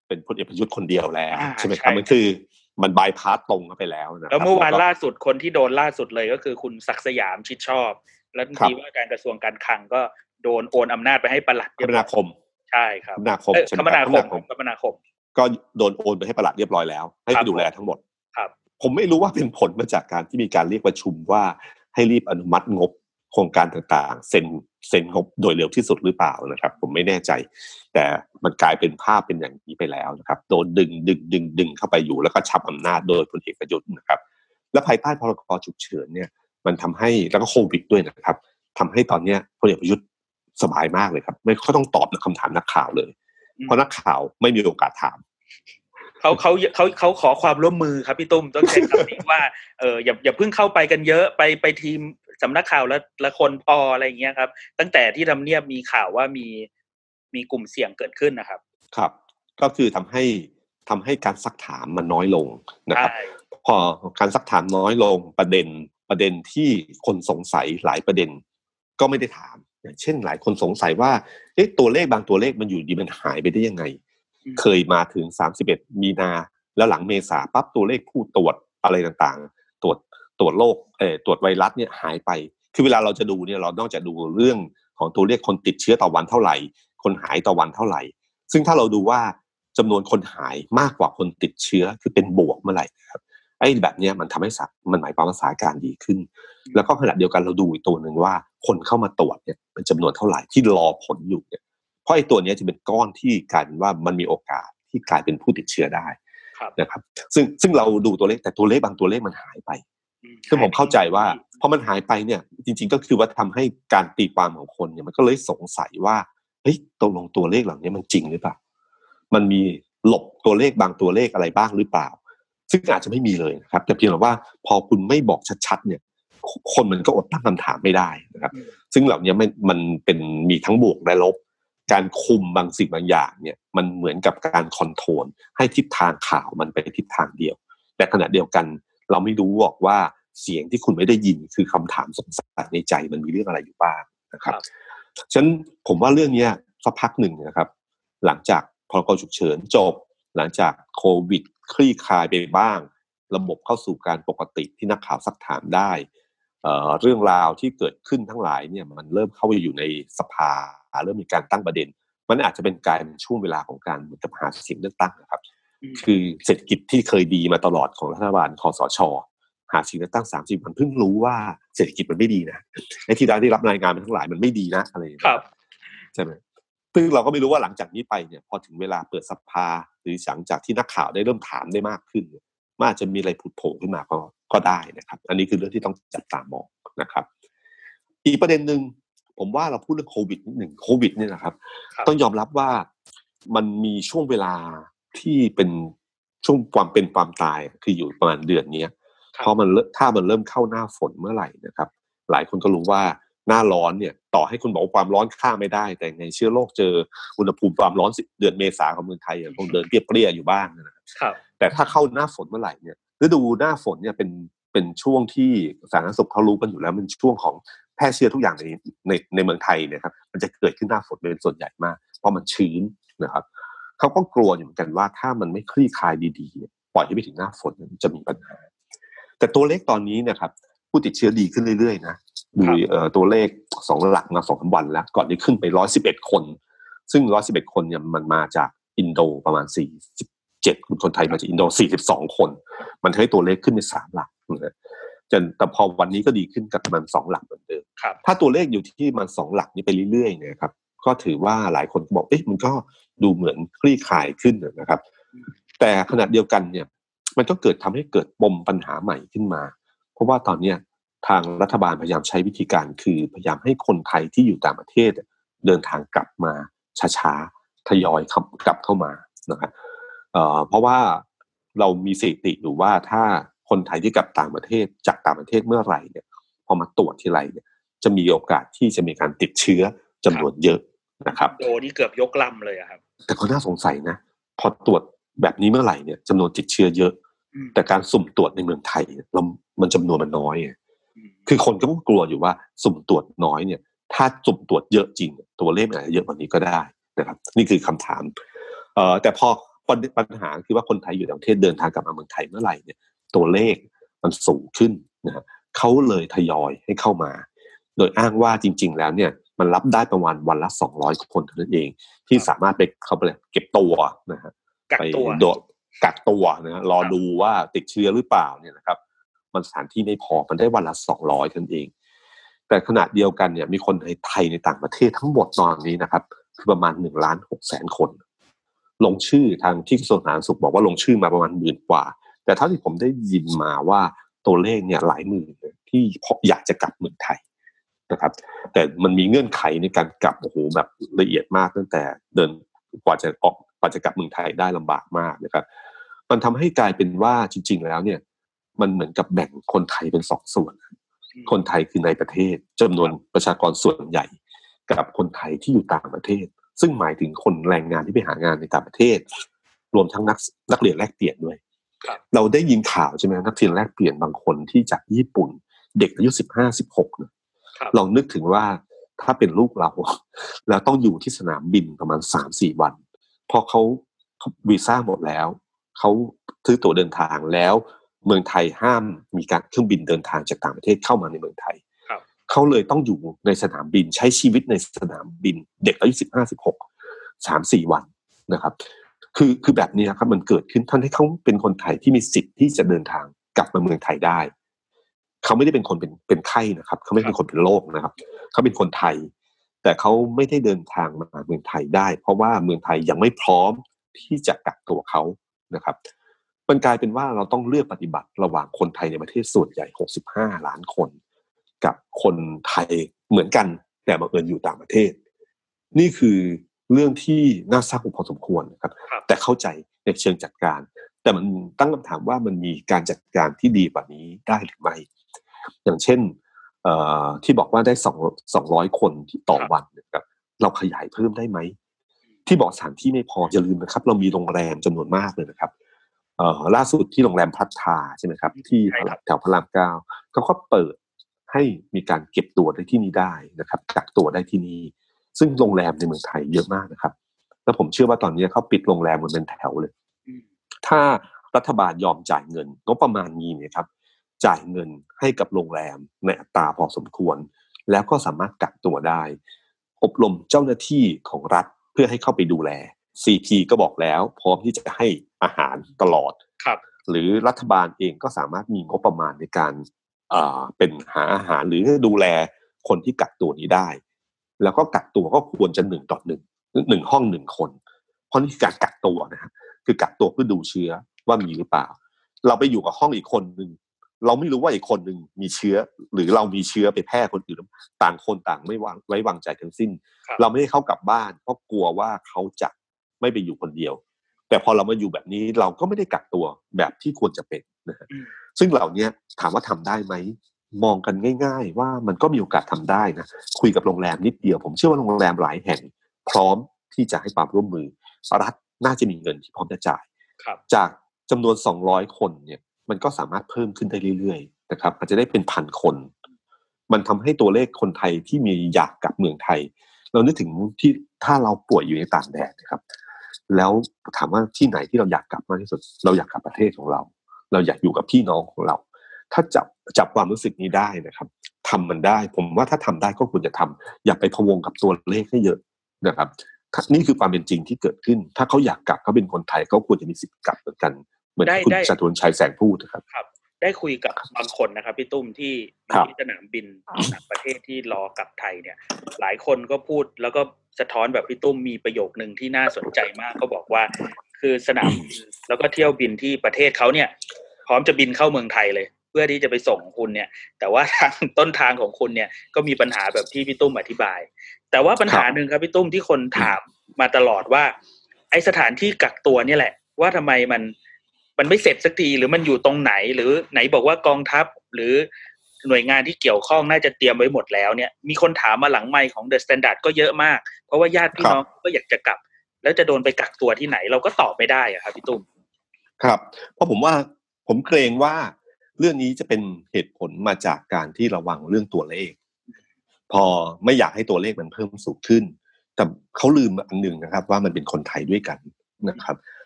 เป็นพลเอกประยุทธ์คนเดียวแล้วใช่ไหมครับมันคือมันบายพาสตรงเข้าไปแล้วนะแล้วเมื่อวานล่าสุดคนที่โดนล่าสุดเลยก็คือคุณศักดิ์สยามชิดชอบรัฐมนตรีว่าการกระทรวงการคลังก็โดนโอนอำนาจไปให้ปลัดคมนาคมใช่ครับคมนาคมคมนาคมก็โดนโอนไปให้ปลัดเรียบร้อยแล้วให้ดูแลทั้งหมดครับผมไม่รู้ว่าเป็นผลมาจากการที่มีการเรียกประชุมว่าให้รีบอนุมัติงบโครงการต่างๆเซ็นงบโดยเร็วที่สุดหรือเปล่านะครับผมไม่แน่ใจแต่มันกลายเป็นภาพเป็นอย่างนี้ไปแล้วนะครับโดนดึงเข้าไปอยู่แล้วก็ชับอำนาจโดยพลเอกประยุทธ์นะครับและภายใต้พรก.ฉุกเฉินเนี่ยมันทำให้แล้วก็โควิดด้วยนะครับทำให้ตอนนี้พลเอกประยุทธ์สบายมากเลยครับไม่ต้องตอบคำถามนักข่าวเลยเพราะนักข่าวไม่มีโอกาสถามเขาขอความร่วมมือครับพี่ตุ้มต้องใช้คำนี้ว่าอย่าเพิ่งเข้าไปกันเยอะไปทีมสำนักข่าวละคนพออะไรอย่างเงี้ยครับตั้งแต่ที่ทำเนียบมีข่าวว่ามีกลุ่มเสี่ยงเกิดขึ้นนะครับครับก็คือทำให้การซักถามมันน้อยลงนะครับพอการซักถามน้อยลงประเด็นที่คนสงสัยหลายประเด็นก็ไม่ได้ถามอย่างเช่นหลายคนสงสัยว่าตัวเลขบางตัวเลขมันอยู่ดีมันหายไปได้ยังไงเคยมาถึง31มีนาแล้วหลังเมษาปั๊บตัวเลขผู้ตรวจอะไรต่างๆตรวจโรคตรวจไวรัสเนี่ยหายไปคือเวลาเราจะดูเนี่ยเรานอกจากดูเรื่องของตัวเลขคนติดเชื้อต่อวันเท่าไหร่คนหายต่อวันเท่าไหร่ซึ่งถ้าเราดูว่าจำนวนคนหายมากกว่าคนติดเชื้อคือเป็นบวกเมื่อไหร่ครับไอ้แบบนี้มันทำให้มันหมายความว่าสถานการณ์ดีขึ้นแล้วก็ขณะเดียวกันเราดูอีกตัวนึงว่าคนเข้ามาตรวจเนี่ยเป็นจำนวนเท่าไหร่ที่รอผลอยู่เนี่ยเพราะไอ้ตัวนี้จะเป็นก้อนที่กลายเป็นว่ามันมีโอกาสที่กลายเป็นผู้ติดเชื้อได้นะครับซึ่งเราดูตัวเลขแต่ตัวเลขบางตัวเลขมันหายไปซึ่งผมเข้าใจว่าพอมันหายไปเนี่ยจริงๆก็คือว่าทำให้การตีความของคนเนี่ยมันก็เลยสงสัยว่าเฮ้ยตกลงตัวเลขเหล่านี้มันจริงหรือเปล่ามันมีหลบตัวเลขบางตัวเลขอะไรบ้างหรือเปล่าซึ่งอาจจะไม่มีเลยนะครับแต่เพียงแต่ว่าพอคุณไม่บอกชัดๆเนี่ยคนมันก็อดตั้งคำถามไม่ได้นะครับซึ่งเหล่านี้มันเป็นมีทั้งบวกและลบการคุมบางสิ่งบางอย่างเนี่ยมันเหมือนกับการคอนโทรลให้ทิศทางข่าวมันไปทิศทางเดียวแต่ขณะเดียวกันเราไม่รู้หรอกว่าเสียงที่คุณไม่ได้ยินคือคำถามสงสัยในใจมันมีเรื่องอะไรอยู่บ้างนะครับฉะนั้นผมว่าเรื่องนี้สักพักหนึ่งนะครับหลังจากพรก.ฉุกเฉินจบหลังจากโควิดคลี่คลายไปบ้างระบบเข้าสู่การปกติที่นักข่าวซักถามได้เรื่องราวที่เกิดขึ้นทั้งหลายเนี่ยมันเริ่มเข้าไปอยู่ในสภาเริ่มมีการตั้งประเด็นมันอาจจะเป็นการช่วงเวลาของการหาเสียงเลือกตั้งนะครับคือเศรษฐกิจที่เคยดีมาตลอดของรัฐบาลคสช.หาเสียงเลือกตั้ง30วันเพิ่งรู้ว่าเศรษฐกิจมันไม่ดีนะไอ้ที่ได้รับรายงานมาทั้งหลายมันไม่ดีนะอะไรอย่างเงี้ยใช่ไหมซึ่งเราก็ไม่รู้ว่าหลังจากนี้ไปเนี่ยพอถึงเวลาเปิดสภาหรือหลังจากที่นักข่าวได้เริ่มถามได้มากขึ้นมันอาจจะมีอะไรผุดโผล่ขึ้นมาก็ได้นะครับอันนี้คือเรื่องที่ต้องจับตามองนะครับอีกประเด็นนึงผมว่าเราพูดเรื่องโควิดนิดหนึ่งโควิดเนี่ยนะครับต้องยอมรับว่ามันมีช่วงเวลาที่เป็นช่วงความเป็นความตายคืออยู่ประมาณเดือนนี้เพราะถ้ามันเริ่มเข้าหน้าฝนเมื่อไหร่นะครับหลายคนก็รู้ว่าหน้าร้อนเนี่ยต่อให้คุณบอกว่าความร้อนฆ่าไม่ได้แต่ในเชื้อโรคเจออุณหภูมิความร้อนเดือนเมษาของเมืองไทยคงเดินเปรี้ยๆอยู่บ้างนะครับแต่ถ้าเข้าหน้าฝนเมื่อไหร่เนี่ยฤดูหน้าฝนเนี่ยเป็นช่วงที่สาธารณสุขเขารู้กันอยู่แล้วมันช่วงของแพร่เชื้อทุกอย่างในเมืองไทยเนี่ยครับมันจะเกิดขึ้นหน้าฝนเป็นส่วนใหญ่มากเพราะมันชื้นนะครับเขาก็กลัวอยู่เหมือนกันว่าถ้ามันไม่คลี่คลายดีๆปล่อยให้ไปถึงหน้าฝนจะมีปัญหาแต่ตัวเลขตอนนี้นะครับผู้ติดเชื้อดีขึ้นเรื่อยๆนะดูตัวเลข2หลักมา 2-3 วันแล้วก่อนที่ขึ้นไป111คนซึ่ง111คนเนี่ยมันมาจากอินโดประมาณ47คนไทยมาจากอินโด42คนมันทำให้ตัวเลขขึ้นไป3หลักนะแต่พอวันนี้ก็ดีขึ้นกับประมาณ2หลักเหมือนเดิมถ้าตัวเลขอยู่ที่มัน2หลักนี้ไปเรื่อยๆเนี่ยครับก็ถือว่าหลายคนบอกมันก็ดูเหมือนคลี่คลายขึ้นนะครับแต่ขณะเดียวกันเนี่ยมันก็ทำให้เกิดปมปัญหาใหม่ขึ้นมาเพราะว่าตอนนี้ทางรัฐบาลพยายามใช้วิธีการคือพยายามให้คนไทยที่อยู่ต่างประเทศเดินทางกลับมาช้าๆทยอยกลับเข้ามานะครับเพราะว่าเรามีสถิติอยู่ว่าถ้าคนไทยที่กลับต่างประเทศจากต่างประเทศเมื่อไหร่เนี่ยพอมาตรวจทีไรเนี่ยจะมีโอกาสที่จะมีการติดเชื้อจำนวนเยอะนะครับโดนี่เกือบยกลำเลยครับแต่ก็น่าสงสัยนะพอตรวจแบบนี้เมื่อไหร่เนี่ยจำนวนติดเชื้อเยอะแต่การสุ่มตรวจในเมืองไทยมันจำนวนมันน้อยคือคนก็กลัวอยู่ว่าสุ่มตรวจน้อยเนี่ยถ้าสุ่มตรวจเยอะจริงตัวเลขอาจจะเยอะกว่านี้ก็ได้นะครับนี่คือคำถามแต่พอปัญหาคือว่าคนไทยอยู่ต่างประเทศเดินทางกลับมาเมืองไทยเมื่อไหร่เนี่ยตัวเลขมันสูงขึ้นนะฮะเขาเลยทยอยให้เข้ามาโดยอ้างว่าจริงๆแล้วเนี่ยมันรับได้ประมาณวันละ200คนเท่านั้นเองที่สามารถไปเขาไปเก็บตัวนะฮะไปกักตัวนะฮะรอดูว่าติดเชื้อหรือเปล่าเนี่ยนะครับมันสถานที่ไม่พอมันได้วันละ200เท่านั้นเองแต่ขณะเดียวกันเนี่ยมีคนไทยในต่างประเทศทั้งหมดตอนนี้นะครับคือประมาณ 1,600,000 คนลงชื่อทางที่กระทรวงสาธารณสุขบอกว่าลงชื่อมาประมาณ10,000 กว่าแต่เท่าที่ผมได้ยินมาว่าตัวเลขเนี่ยหลายหมื่นที่อยากจะกลับเมืองไทยนะครับแต่มันมีเงื่อนไขในการกลับโอ้โหแบบละเอียดมากตั้งแต่เดินกว่าจะกลับเมืองไทยได้ลำบากมากนะครับมันทำให้กลายเป็นว่าจริงๆแล้วเนี่ยมันเหมือนกับแบ่งคนไทยเป็น2 ส่วนคนไทยคือในประเทศจำนวนประชากรส่วนใหญ่กับคนไทยที่อยู่ต่างประเทศซึ่งหมายถึงคนแรงงานที่ไปหางานในต่างประเทศรวมทั้งนักเรียนแลกเปลี่ยนด้วยเราได้ยินข่าวใช่ไหมนักเรียนแลกเปลี่ยนบางคนที่จากญี่ปุ่นเด็กอายุ15-16เนี่ยลองนึกถึงว่าถ้าเป็นลูกเราแล้วต้องอยู่ที่สนามบินประมาณ 3-4 วันพอเขาวีซ่าหมดแล้วเขาซื้อตั๋วเดินทางแล้วเมืองไทยห้ามมีการเครื่องบินเดินทางจากต่างประเทศเข้ามาในเมืองไทยเขาเลยต้องอยู่ในสนามบินใช้ชีวิตในสนามบินเด็กอายุ 15-16 3-4 วันนะครับคือแบบนี้ครับมันเกิดขึ้นท่านให้เขาเป็นคนไทยที่มีสิทธิ์ที่จะเดินทางกลับมาเมืองไทยได้เขาไม่ได้เป็นคนเป็นไข้นะครับเขาไม่ได้เป็นคนเป็นโรคนะครับเขาเป็นคนไทยแต่เขาไม่ได้เดินทางมาเมืองไทยได้เพราะว่าเมืองไทยยังไม่พร้อมที่จะกักตัวเขานะครับมันกลายเป็นว่าเราต้องเลือกปฏิบัติระหว่างคนไทยในประเทศส่วนใหญ่65 ล้านคนกับคนไทยเหมือนกันแต่บังเอิญอยู่ต่างประเทศนี่คือเรื่องที่น่าเศร้าพอสมควรนะครับแต่เข้าใจในเชิงจัดการแต่มันตั้งคำถามว่ามันมีการจัดการที่ดีกว่านี้ได้หรือไม่อย่างเช่นที่บอกว่าได้200 คนที่ต่อวันนะครับเราขยายเพิ่มได้ไหมที่บอกสถานที่ไม่พออย่าลืมนะครับเรามีโรงแรมจำนวนมากเลยนะครับล่าสุดที่โรงแรมพัทยาใช่ไหมครับที่แถวพระราม 9เขาก็เปิดให้มีการเก็บตัวได้ที่นี่ได้นะครับกักตัวได้ที่นี่ซึ่งโรงแรมในเมืองไทยเยอะมากนะครับแล้วผมเชื่อว่าตอนนี้เขาปิดโรงแรมมันเป็นแถวเลยถ้ารัฐบาลยอมจ่ายเงินงบประมาณนี้เนี่ยครับจ่ายเงินให้กับโรงแรมในอัตราพอสมควรแล้วก็สามารถกักตัวได้อบรมเจ้าหน้าที่ของรัฐเพื่อให้เข้าไปดูแล CP ก็บอกแล้วพร้อมที่จะให้อาหารตลอดหรือรัฐบาลเองก็สามารถมีงบประมาณในการเป็นหาอาหารหรือดูแลคนที่กักตัวนี้ได้แล้วก็กักตัวก็ควรจะ1 ห้อง 1 คนเพราะนี่คือการกักตัวนะฮะคือกักตัวเพื่อดูเชื้อว่ามีหรือเปล่าเราไปอยู่กับห้องอีกคนนึงเราไม่รู้ว่าอีกคนนึงมีเชื้อหรือเรามีเชื้อไปแพร่คนอื่นต่างคนต่างไม่ไว้วางใจทั้งสิ้นเราไม่ได้เข้ากลับบ้านเพราะกลัวว่าเขาจะไม่ไปอยู่คนเดียวแต่พอเรามาอยู่แบบนี้เราก็ไม่ได้กักตัวแบบที่ควรจะเป็นนะฮะซึ่งเหล่านี้ถามว่าทำได้ไหมมองกันง่ายๆว่ามันก็มีโอกาสทำได้นะคุยกับโรงแรมนิดเดียวผมเชื่อว่าโรงแรมหลายแห่งพร้อมที่จะให้ความร่วมมือรัฐน่าจะมีเงินที่พร้อมจะจ่ายจากจำนวน200 คนเนี่ยมันก็สามารถเพิ่มขึ้นได้เรื่อยๆนะครับอาจจะได้เป็น1,000 คนมันทำให้ตัวเลขคนไทยที่มีอยากกลับเมืองไทยเรานึกถึงที่ถ้าเราป่วยอยู่ในต่างแดนนะครับแล้วถามว่าที่ไหนที่เราอยากกลับมากที่สุดเราอยากกลับประเทศของเราเราอยากอยู่กับพี่น้องของเราถ้าจับความรู้สึกนี้ได้นะครับทำมันได้ผมว่าถ้าทำได้ก็ควรจะทำอย่าไปพะวงกับตัวเลขให้เยอะนะครับนี่คือความเป็นจริงที่เกิดขึ้นถ้าเขาอยากกลับเขาเป็นคนไทยเขาควรจะมีสิทธิ์กลับเหมือนกันเหมือนคุณจตุรชัยแสงพูดนะครับได้คุยกับบางคนนะครับพี่ตุ้มที่อยู่ที่สนามบินต่างประเทศที่รอกลับไทยเนี่ยหลายคนก็พูดแล้วก็สะท้อนแบบพี่ตุ้มมีประโยคนึงที่น่าสนใจมากก็บอกว่าคือสนามบินแล้วก็เที่ยวบินที่ประเทศเขาเนี่ยพร้อมจะบินเข้าเมืองไทยเลยเพื่อที่จะไปส่งคุณเนี่ยแต่ว่าทางต้นทางของคุณเนี่ยก็มีปัญหาแบบที่พี่ตุ้มอธิบายแต่ว่าปัญหานึงครับพี่ตุ้มที่คนถามมาตลอดว่าไอสถานที่กักตัวนี่แหละว่าทำไมมันไม่เสร็จสักทีหรือมันอยู่ตรงไหนหรือไหนบอกว่ากองทัพหรือหน่วยงานที่เกี่ยวข้องน่าจะเตรียมไว้หมดแล้วเนี่ยมีคนถามมาหลังไมค์ของ The Standard ก็เยอะมากเพราะว่าญาติพี่น้องก็อยากจะกลับแล้วจะโดนไปกักตัวที่ไหนเราก็ตอบไม่ได้อะครับพี่ตุ้มครับเพราะผมเกรงว่าเรื่องนี้จะเป็นเหตุผลมาจากการที่ระวังเรื่องตัวเลขพอไม่อยากให้ตัวเลขมันเพิ่มสูงขึ้นแต่เขาลืมอันหนึ่งนะครับว่ามันเป็นคนไทยด้วยกันนะครับ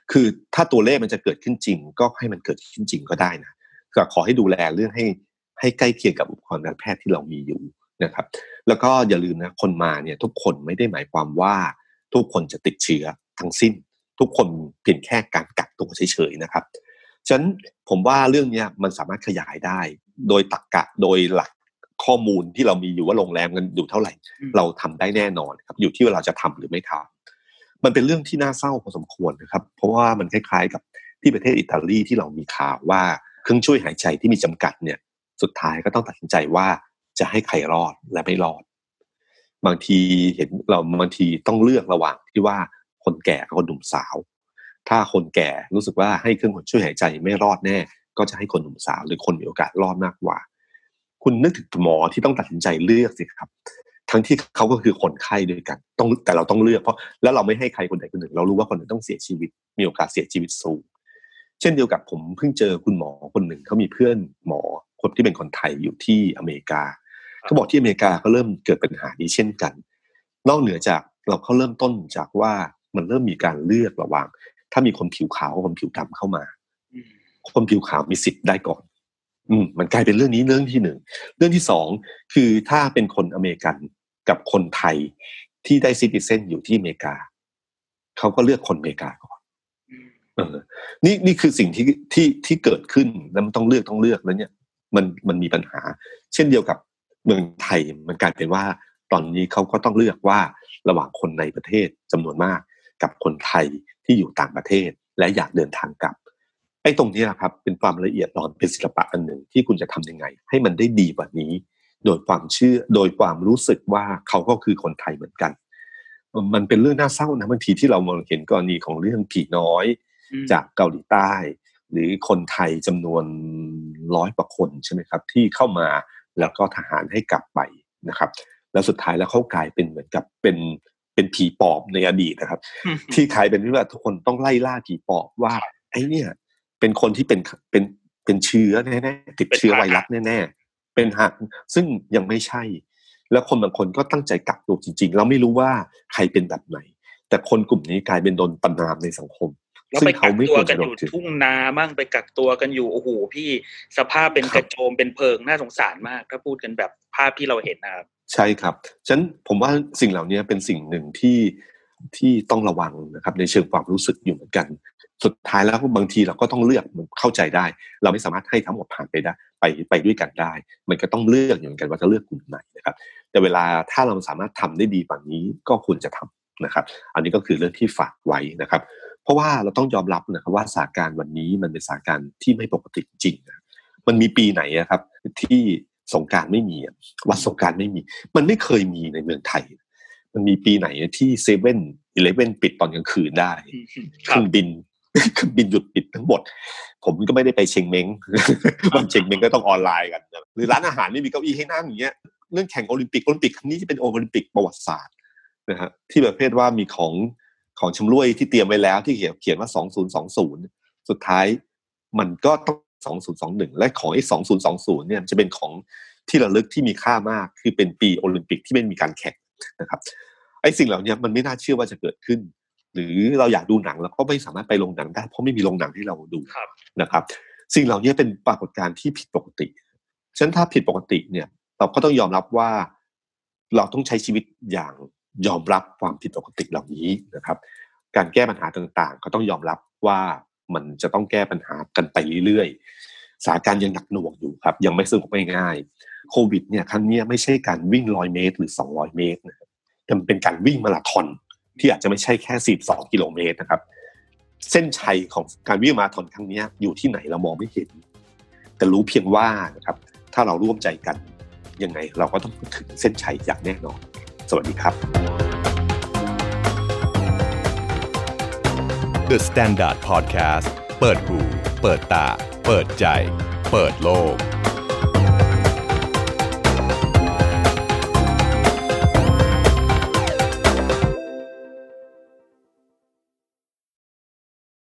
คือถ้าตัวเลขมันจะเกิดขึ้นจริงก็ให้มันเกิดขึ้นจริงก็ได้นะก็ขอให้ดูแลเรื่องให้ใกล้เคียงกับอุปกรณ์การแพทย์ที่เรามีอยู่นะครับแล้วก็อย่าลืมนะคนมาเนี่ยทุกคนไม่ได้หมายความว่าทุกคนจะติดเชื้อทั้งสิ้นทุกคนเพียงแค่การกักตัวเฉยๆนะครับฉะนั้นผมว่าเรื่องนี้มันสามารถขยายได้โดยตรรกะโดยหลักข้อมูลที่เรามีอยู่ว่าโรงแรมกันอยู่เท่าไหร่เราทำได้แน่นอนครับอยู่ที่ว่าเราจะทำหรือไม่ทำมันเป็นเรื่องที่น่าเศร้าพอสมควรนะครับเพราะว่ามันคล้ายๆกับที่ประเทศอิตาลีที่เรามีข่าวว่าเครื่องช่วยหายใจที่มีจำกัดเนี่ยสุดท้ายก็ต้องตัดสินใจว่าจะให้ใครรอดและไม่รอดบางทีเห็นเราบางทีต้องเลือกระหว่างที่ว่าคนแก่กับคนหนุ่มสาวถ้าคนแก่รู้สึกว่าให้เครื่องช่วยหายใจไม่รอดแน่ก็จะให้คนหนุ่มสาวหรือคนมีโอกาสรอดมากกว่าคุณนึกถึงหมอที่ต้องตัดสินใจเลือกสิครับทั้งที่เขาก็คือคนไข้ด้วยกันแต่เราต้องเลือกเพราะแล้วเราไม่ให้ใครคนใดคนหนึ่งเรารู้ว่าคนนึงต้องเสียชีวิตมีโอกาสเสียชีวิตสูงเช่นเดียวกับผมเพิ่งเจอคุณหมอคนหนึ่งเขามีเพื่อนหมอคนที่เป็นคนไทยอยู่ที่อเมริกาเขาบอกที่อเมริกาก็เริ่มเกิดปัญหานี้เช่นกันนอกเหนือจากเขาเริ่มต้นจากว่ามันเริ่มมีการเลือกระหว่างถ้ามีคนผิวขาวกับคนผิวดำเข้ามาคนผิวขาวมีสิทธิ์ได้ก่อนมันกลายเป็นเรื่องนี้เรื่องที่หนึ่งเรื่องที่สองคือถ้าเป็นคนอเมริกันกับคนไทยที่ได้ซิติเซนอยู่ที่อเมริกาเขาก็เลือกคนอเมริกาก่อนนี่คือสิ่งที่เกิดขึ้นแล้วมันต้องเลือกแล้วเนี่ยมันมีปัญหาเช่นเดียวกับเมืองไทยมันกลายเป็นว่าตอนนี้เขาก็ต้องเลือกว่าระหว่างคนในประเทศจำนวนมากกับคนไทยที่อยู่ต่างประเทศและอยากเดินทางกลับไอ้ตรงนี้ครับเป็นความละเอียดอ่อนเป็นศิลปะอันหนึ่งที่คุณจะทำยังไงให้มันได้ดีกว่านี้โดยความเชื่อโดยความรู้สึกว่าเขาก็คือคนไทยเหมือนกันมันเป็นเรื่องน่าเศร้านะบางทีที่เรามองเห็นกรณีของเรื่องผีน้อยจากเกาหลีใต้หรือคนไทยจำนวน100 กว่าคนใช่ไหมครับที่เข้ามาแล้วก็ทหารให้กลับไปนะครับแล้วสุดท้ายแล้วเขากลายเป็นเหมือนกับเป็นผีปอบในอดีตนะครับ ที่กลายเป็นว่าทุกคนต้องไล่ล่าผีปอบว่าไอ้เนี่ยเป็นคนที่เป็นเชื้อแน่ๆติดเชื้อไวรัสแน่ๆเป็นหักซึ่งยังไม่ใช่แล้วคนบางคนก็ตั้งใจกักตัวจริงๆเราไม่รู้ว่าใครเป็นแบบไหนแต่คนกลุ่มนี้กลายเป็นโดนประณามในสังคมแล้วไปกักตัวกันอยู่ทุ่งนามั่งไปกักตัวกันอยู่โอ้โหพี่สภาพเป็นกระโจมเป็นเพลิงน่าสงสารมากถ้าพูดกันแบบภาพที่เราเห็นนะครับใช่ครับฉะนั้นผมว่าสิ่งเหล่านี้เป็นสิ่งหนึ่งที่ต้องระวังนะครับในเชิงความรู้สึกอยู่เหมือนกันสุดท้ายแล้วบางทีเราก็ต้องเลือกเข้าใจได้เราไม่สามารถให้ทั้งหมดผ่านไปได้ไปด้วยกันได้มันก็ต้องเลือกอยู่เหมือนกันว่าจะเลือกกลุ่มไหนนะครับแต่เวลาถ้าเราสามารถทำได้ดีกว่านี้ก็ควรจะทำนะครับอันนี้ก็คือเรื่องที่ฝากไว้นะครับเพราะว่าเราต้องยอมรับนะครับว่าสถานการณ์วันนี้มันเป็นสถานการณ์ที่ไม่ปกติจริงนะมันมีปีไหนครับที่สงกรานต์ไม่มีวันสงกรานต์ไม่มีมันไม่เคยมีในเมืองไทยมันมีปีไหนที่เซเว่น11ปิดตอนกลางคืนได้เครื่องบินหยุดปิดทั้งหมดผมก็ไม่ได้ไปเชียงเม้งวันเชียงเม้งก็ต้องออนไลน์กันหรือร้านอาหารไม่มีเก้าอี้ให้นั่งอย่างเงี้ยเรื่องแข่งโอลิมปิกครั้งนี้จะเป็นโอลิมปิกประวัติศาสตร์นะฮะที่ประเภทว่ามีของชำร่วยที่เตรียมไว้แล้วที่เขียนว่า2020สุดท้ายมันก็ต้อง2021และของไอ้2020เนี่ยจะเป็นของที่ระลึกที่มีค่ามากคือเป็นปีโอลิมปิกที่ไม่มีการแข่งนะครับไอ้สิ่งเหล่านี้มันไม่น่าเชื่อว่าจะเกิดขึ้นหรือเราอยากดูหนังเราก็ไม่สามารถไปโรงหนังได้เพราะไม่มีโรงหนังให้เราดูนะครับสิ่งเหล่านี้เป็นปรากฏการณ์ที่ผิดปกติฉะนั้นถ้าผิดปกติเนี่ยเราก็ต้องยอมรับว่าเราต้องใช้ชีวิตอย่างยอมรับความผิดปกติเหล่านี้นะครับการแก้ปัญหาต่างๆก็ต้องยอมรับว่ามันจะต้องแก้ปัญหากันไปเรื่อยๆสถานการณ์ยังหนักหน่วงอยู่ครับยังไม่สงบง่ายๆโควิดเนี่ยครั้งนี้ไม่ใช่การวิ่ง100 เมตรหรือ200 เมตรนะแต่มันเป็นการวิ่งมาราธอนที่อาจจะไม่ใช่แค่42 กิโลเมตรนะครับเส้นชัยของการวิ่งมาราธอนครั้งนี้อยู่ที่ไหนเรามองไม่เห็นแต่รู้เพียงว่านะครับถ้าเราร่วมใจกันยังไงเราก็ต้องถึงเส้นชัยอย่างแน่นอนสวัสดีครับ The Standard Podcast เปิดหูเปิดตาเปิดใจเปิดโลก